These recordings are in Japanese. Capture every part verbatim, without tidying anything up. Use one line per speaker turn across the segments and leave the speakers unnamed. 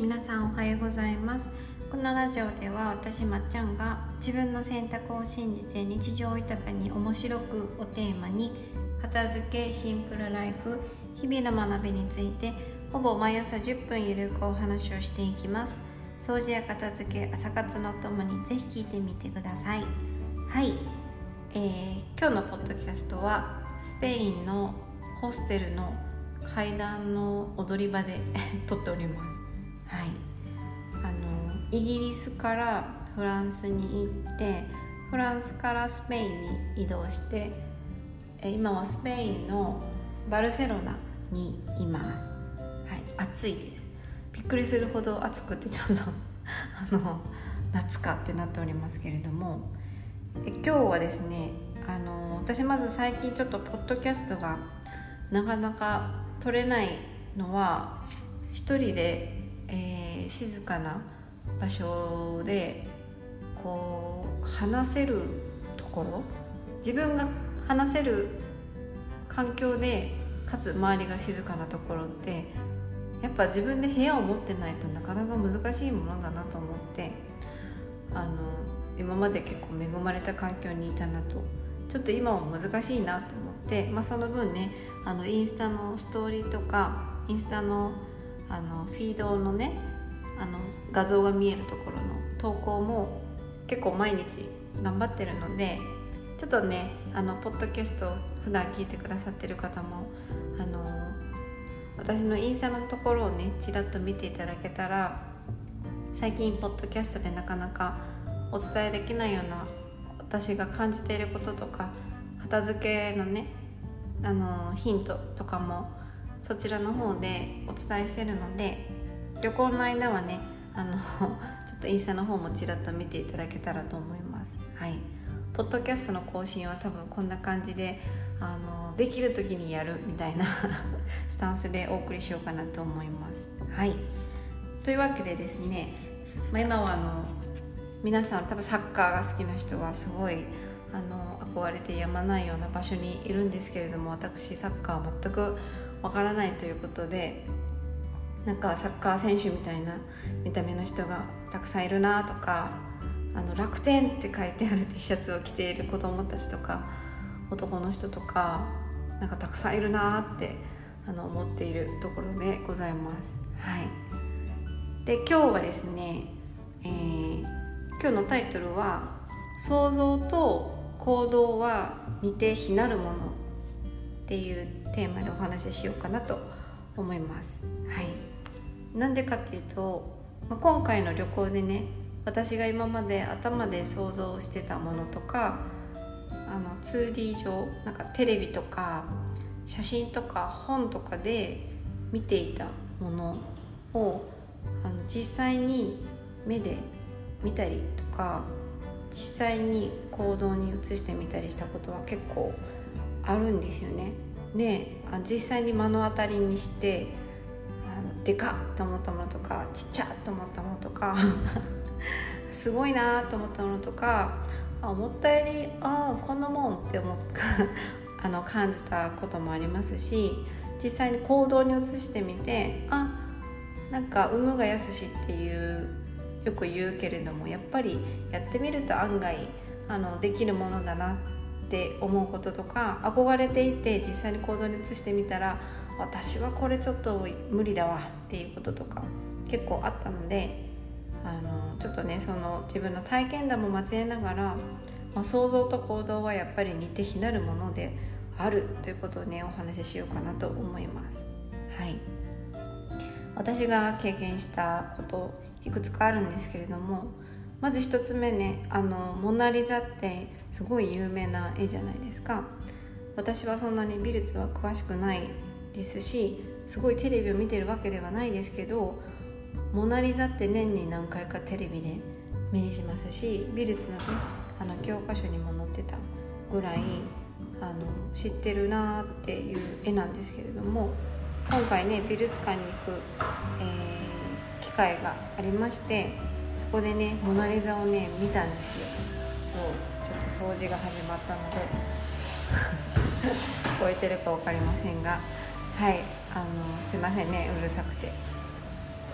皆さんおはようございます。このラジオでは私まっちゃんが自分の選択を信じて日常を豊かに面白くをテーマに片付け、シンプルライフ、日々の学びについてほぼ毎朝じゅっぷんゆるくお話をしていきます。掃除や片付け、朝活のともにぜひ聞いてみてください。はい、えー、今日のポッドキャストはスペインのホステルの階段の踊り場で撮っております。はい、あのイギリスからフランスに行って、フランスからスペインに移動して、今はスペインのバルセロナにいます。はい、暑いです。びっくりするほど暑くてちょっとあの夏かってなっておりますけれども、え今日はですね、あの私まず最近ちょっとポッドキャストがなかなか撮れないのは、一人で、えー、静かな場所でこう話せるところ、自分が話せる環境でかつ周りが静かなところってやっぱ自分で部屋を持ってないとなかなか難しいものだなと思って、あの今まで結構恵まれた環境にいたなと、ちょっと今も難しいなと思って、まあ、その分ね、あのインスタのストーリーとかインスタのあのフィードのね、あの画像が見えるところの投稿も結構毎日頑張ってるので、ちょっとね、あのポッドキャスト普段聞いてくださってる方もあの私のインスタのところをねちらっと見ていただけたら、最近ポッドキャストでなかなかお伝えできないような私が感じていることとか、片付けのねあのヒントとかもそちらの方でお伝えしてるので、旅行の間はね、あのちょっとインスタの方もちらっと見ていただけたらと思います。はい、ポッドキャストの更新は多分こんな感じで、あのできる時にやるみたいなスタンスでお送りしようかなと思います。はい、というわけでですね、まあ、今はあの皆さん多分サッカーが好きな人はすごいあの憧れてやまないような場所にいるんですけれども、私サッカーは全くわからないということで、なんかサッカー選手みたいな見た目の人がたくさんいるなとか、あの楽天って書いてある T シャツを着ている子どもたちとか男の人とか、なんかたくさんいるなってあの思っているところでございます。はい、で今日はですね、えー、今日のタイトルは想像と行動は似て非なるものっていうテーマでお話ししようかなと思います。はい、なんでかっていうと、まあ、今回の旅行でね、私が今まで頭で想像してたものとか、あの ツーディー 上なんかテレビとか写真とか本とかで見ていたものをあの実際に目で見たりとか、実際に行動に移してみたりしたことは結構あるんですよね。で、あ実際に目の当たりにしてあのでかっと思ったものとか、ちっちゃっと思ったものとかすごいなと思ったものとか、思ったよりああこんなもんって思ったあの感じたこともありますし、実際に行動に移してみて、あなんか有無がやすしっていうよく言うけれども、やっぱりやってみると案外あのできるものだなって思うこととか、憧れていて実際に行動に移してみたら私はこれちょっと無理だわっていうこととか結構あったので、あのちょっとねその自分の体験談も交えながら、まあ、想像と行動はやっぱり似て非なるものであるということをねお話ししようかなと思います。はい、私が経験したこといくつかあるんですけれども、まず一つ目ね、あのモナリザってすごい有名な絵じゃないですか。私はそんなに美術は詳しくないですし、すごいテレビを見てるわけではないですけど、モナリザって年に何回かテレビで目にしますし、美術のねあの教科書にも載ってたぐらいあの知ってるなっていう絵なんですけれども、今回ね美術館に行く、えー、機会がありまして、そこでねモナリザをね見たんですよ。そうちょっと掃除が始まったので聞こえてるか分かりませんが、はい、あのすいませんね、うるさくて。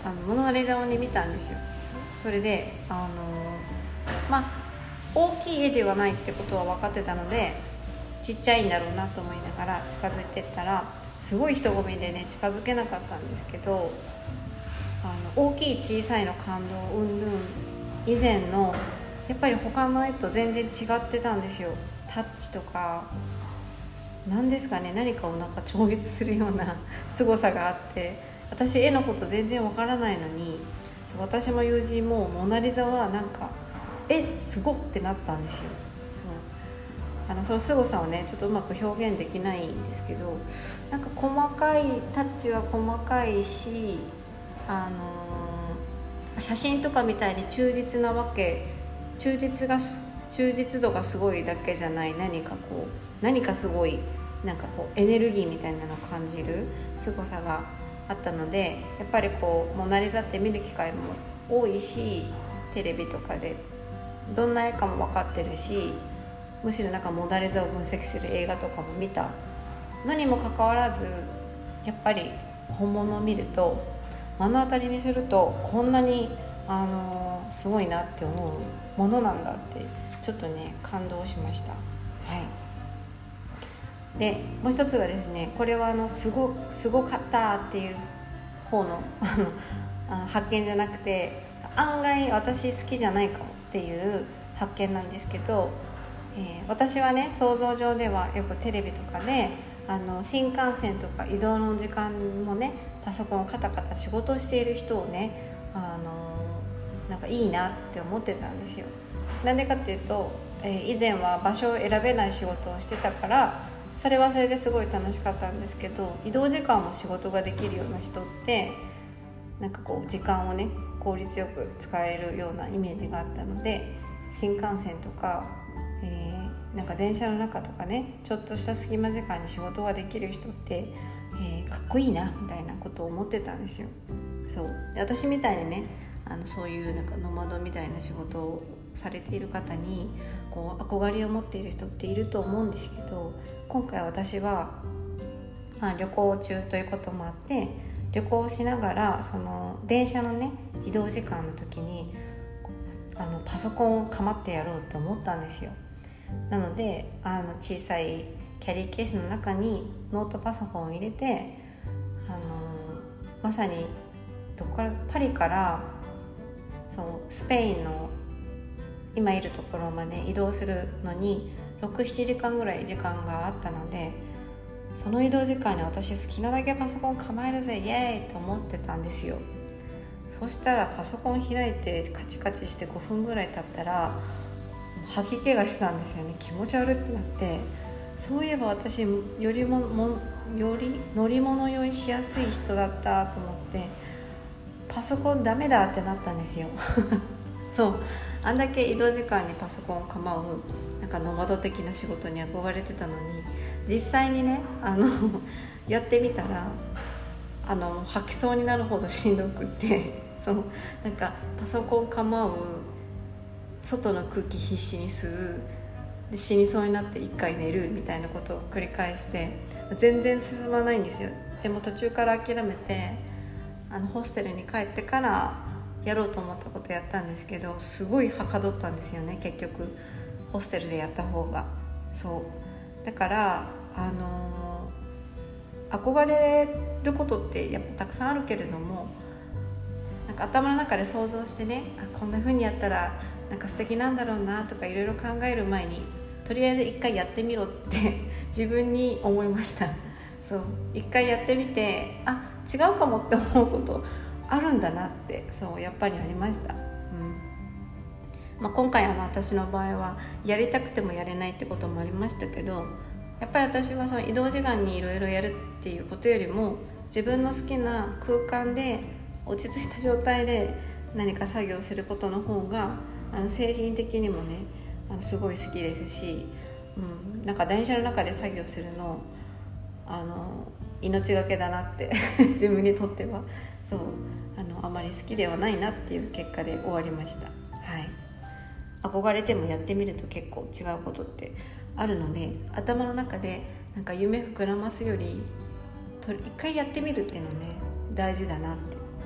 あのモナリザをね見たんですよ。それであのまあ大きい絵ではないってことは分かってたので、ちっちゃいんだろうなと思いながら近づいてったら、すごい人混みでね近づけなかったんですけど、あの大きい小さいの感動うんぬん以前のやっぱり他の絵と全然違ってたんですよ。タッチとか何ですかね、何かをなんか超越するような凄さがあって、私絵のこと全然わからないのに、そう私も友人もモナリザはなんかえすごってなったんですよ。そうあのその凄さをねちょっとうまく表現できないんですけど、なんか細かいタッチが細かいし、あのー、写真とかみたいに忠実なわけ忠実が忠実度がすごいだけじゃない、何かこう何かすごいなんかこうエネルギーみたいなのを感じる凄さがあったので、やっぱりこうモナリザって見る機会も多いし、テレビとかでどんな絵かも分かってるし、むしろなんかモナリザを分析する映画とかも見たのにもかかわらず、やっぱり本物を見ると目の当たりにするとこんなに、あのー、すごいなって思うものなんだってちょっとね感動しました。はい。でもう一つがですね、これはあのすごすごかったっていう方のあの発見じゃなくて、案外私好きじゃないかもっていう発見なんですけど、えー、私はね想像上ではよくテレビとかであの新幹線とか移動の時間もねパソコンをカタカタ仕事している人をね、あのー、なんかいいなって思ってたんですよ。なんでかっていうと、えー、以前は場所を選べない仕事をしてたから、それはそれですごい楽しかったんですけど、移動時間も仕事ができるような人ってなんかこう時間をね効率よく使えるようなイメージがあったので、新幹線とか、えー、なんか電車の中とかね、ちょっとした隙間時間に仕事ができる人って、えー、かっこいいなみたいなことを思ってたんですよ。そうで私みたいにね、あのそういうなんかノマドみたいな仕事をされている方にこう憧れを持っている人っていると思うんですけど、今回私は、まあ、旅行中ということもあって旅行しながらその電車のね移動時間の時にあのパソコンを構ってやろうって思ったんですよ。なのであの小さいキャリーケースの中にノートパソコンを入れて、あのまさにどこからパリからそのスペインの今いるところまで移動するのにろく、ななじかんぐらい時間があったので、その移動時間に私好きなだけパソコン構えるぜイエーイと思ってたんですよ。そしたらパソコン開いてカチカチしてごふんぐらい経ったら吐き気がしたんですよね。気持ち悪ってなって、そういえば私よりも、もより乗り物酔いしやすい人だったと思ってパソコンダメだってなったんですよそうあんだけ移動時間にパソコンを構うなんかノマド的な仕事に憧れてたのに、実際にねあのやってみたらあの吐きそうになるほどしんどくってそうなんかパソコン構う、外の空気必死に吸う、で死にそうになって一回寝るみたいなことを繰り返して全然進まないんですよ。でも途中から諦めてあのホステルに帰ってからやろうと思ったことやったんですけど、すごいはかどったんですよね。結局ホステルでやった方が。そうだからあのー、憧れることってやっぱたくさんあるけれども、なんか頭の中で想像してね、あこんな風にやったらなんか素敵なんだろうなとかいろいろ考える前にとりあえず一回やってみろって自分に思いました。そう一回やってみて、あ違うかもって思うことあるんだなって、そうやっぱりありました。うんまあ、今回あの私の場合はやりたくてもやれないってこともありましたけど、やっぱり私はその移動時間にいろいろやるっていうことよりも自分の好きな空間で落ち着いた状態で何か作業することの方があの精神的にもねあのすごい好きですし、うん、なんか電車の中で作業するのあの命がけだなって自分にとってはそうあのあまり好きではないなっていう結果で終わりました。はい、憧れてもやってみると結構違うことってあるので、頭の中でなんか夢膨らますよりと一回やってみるっていうのね大事だなって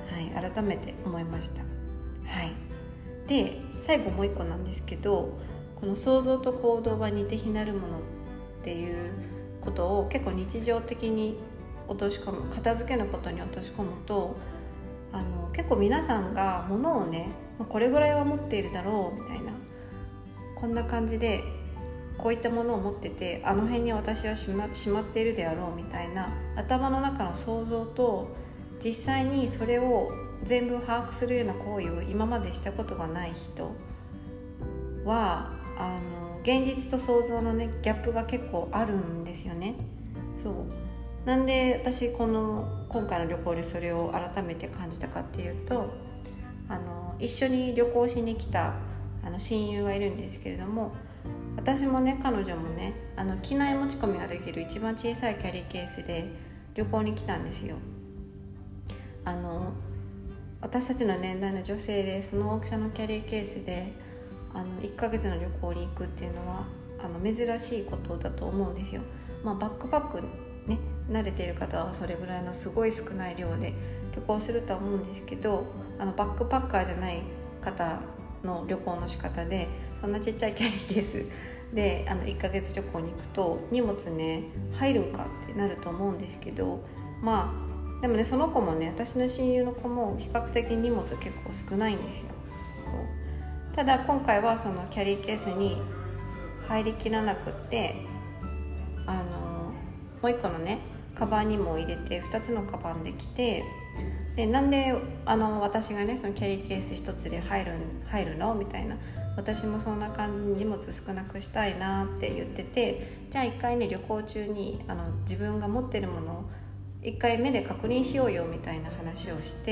はい、改めて思いました。はい、で最後もう一個なんですけど、この想像と行動は似て非なるものっていうことを結構日常的に落とし込む、片付けのことに落とし込むと、あの結構皆さんが物をね、これぐらいは持っているだろうみたいな、こんな感じでこういったものを持ってて、あの辺に私はしま、しまっているであろうみたいな頭の中の想像と、実際にそれを全部把握するような行為を今までしたことがない人は、あの現実と想像のねギャップが結構あるんですよね。そうなんで私この今回の旅行でそれを改めて感じたかっていうと、あの一緒に旅行しに来たあの親友がいるんですけれども、私もね彼女もね、あの機内持ち込みができる一番小さいキャリーケースで旅行に来たんですよ。あの私たちの年代の女性でその大きさのキャリーケースであのいっかげつの旅行に行くっていうのはあの珍しいことだと思うんですよ。まあ、バックパックね慣れている方はそれぐらいのすごい少ない量で旅行するとは思うんですけど、あのバックパッカーじゃない方の旅行の仕方で、そんなちっちゃいキャリーケースであのいっかげつ旅行に行くと荷物ね入るんかってなると思うんですけど、まあでもねその子もね、私の親友の子も比較的荷物結構少ないんですよ。そうただ今回はそのキャリーケースに入りきらなくって、あのもう一個のねカバンにも入れてふたつのカバンで来て、でなんであの私がねそのキャリーケース一つで入る入るのみたいな、私もそんな感じ荷物少なくしたいなって言ってて、じゃあ一回ね旅行中にあの自分が持ってるものを一回目で確認しようよみたいな話をして、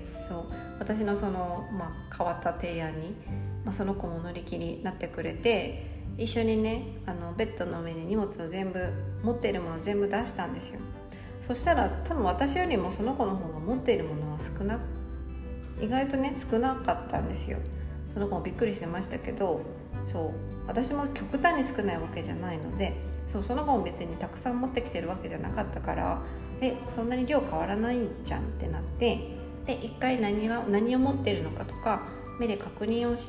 そう私のその、まあ、変わった提案に、まあ、その子も乗り気になってくれて、一緒にねあのベッドの上に荷物を全部持っているものを全部出したんですよ。そしたら多分私よりもその子の方が持っているものは少な意外とね少なかったんですよ。その子もびっくりしてましたけど、そう私も極端に少ないわけじゃないので、そうその子も別にたくさん持ってきてるわけじゃなかったから、えそんなに量変わらないじゃんってなって、で一回何が何を持っているのかとか目で確認をして、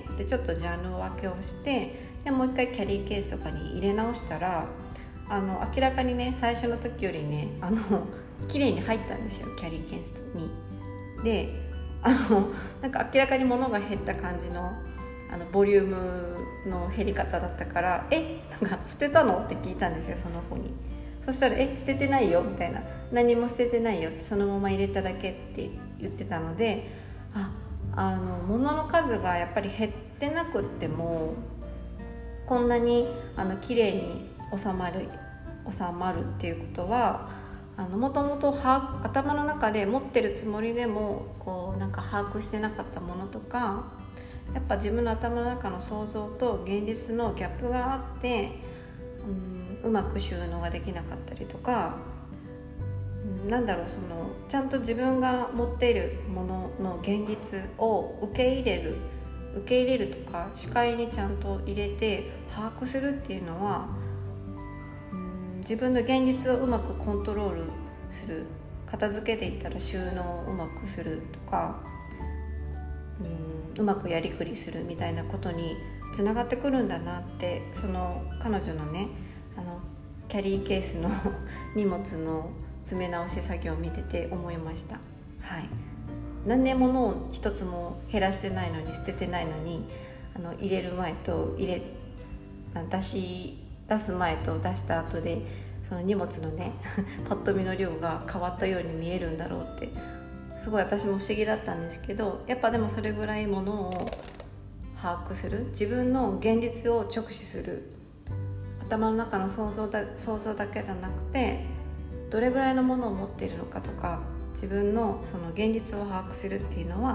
でちょっとジャンル分けをして、でもう一回キャリーケースとかに入れ直したら、あの明らかにね最初の時よりねあの綺麗に入ったんですよ、キャリーケースに。であのなんか明らかに物が減った感じのあのボリュームの減り方だったから、えなんか捨てたのって聞いたんですよ、その子に。そしたらえ捨ててないよみたいな、何も捨ててないよって、そのまま入れただけって言ってたので、ああの物の数がやっぱり減ってなくってもこんなにあの綺麗に収まる収まるっていうことは、あのもともと頭の中で持ってるつもりでもこうなんか把握してなかったものとか、やっぱ自分の頭の中の想像と現実のギャップがあって、うん、うまく収納ができなかったりとか、うん、なんだろうそのちゃんと自分が持っているものの現実を受け入れる受け入れるとか視界にちゃんと入れて把握するっていうのは、自分の現実をうまくコントロールする、片付けていったら収納をうまくするとか、うん、うまくやりくりするみたいなことにつながってくるんだなって、その彼女のねあのキャリーケースの荷物の詰め直し作業を見てて思いました。はい、何年物を一つも減らしてないのに捨ててないのに、あの入れる前と入れ出し出す前と出した後でその荷物のねパッと見の量が変わったように見えるんだろうって、すごい私も不思議だったんですけど、やっぱでもそれぐらいものを把握する、自分の現実を直視する、頭の中の想像だ、想像だけじゃなくてどれぐらいのものを持っているのかとか、自分のその現実を把握するっていうのは、うん、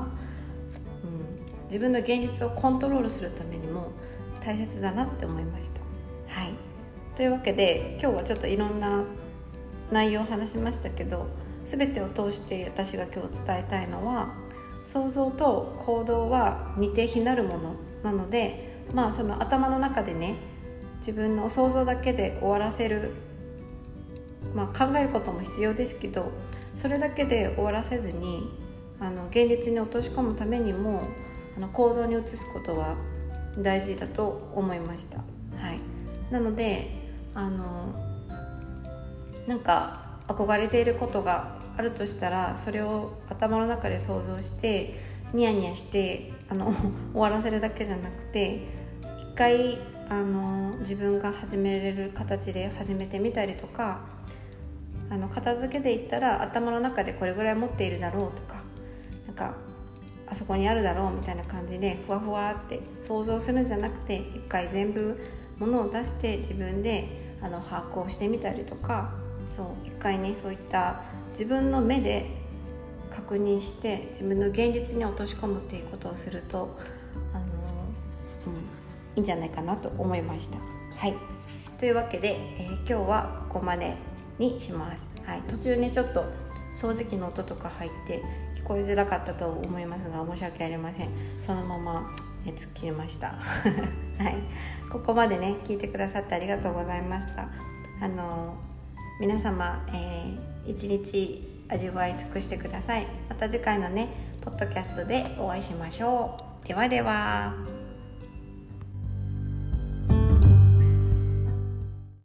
自分の現実をコントロールするためにも大切だなって思いました。はい、というわけで今日はちょっといろんな内容を話しましたけど、全てを通して私が今日伝えたいのは、想像と行動は似て非なるものなので、まあその頭の中でね自分の想像だけで終わらせる、まあ、考えることも必要ですけど、それだけで終わらせずに、 あの現実に落とし込むためにもあの行動に移すことは大事だと思いました。はい、なのであのなんか憧れていることがあるとしたら、それを頭の中で想像してニヤニヤしてあの終わらせるだけじゃなくて、一回あの自分が始めれる形で始めてみたりとか、あの片付けで言ったら頭の中でこれぐらい持っているだろうとか、なんかあそこにあるだろうみたいな感じでふわふわって想像するんじゃなくて、一回全部物を出して自分であの把握をしてみたりとか、そう一回ねそういった自分の目で確認して自分の現実に落とし込むっていうことをするとあの、うん、いいんじゃないかなと思いました。はい、というわけで、えー、今日はここまでにします。はい、途中ねちょっと掃除機の音とか入って聞こえづらかったと思いますが申し訳ありません。そのまま、えー、突っ切れました。はい、ここまでね聞いてくださってありがとうございました。あの皆様、えー、一日味わい尽くしてください。また次回のねポッドキャストでお会いしましょう。ではでは。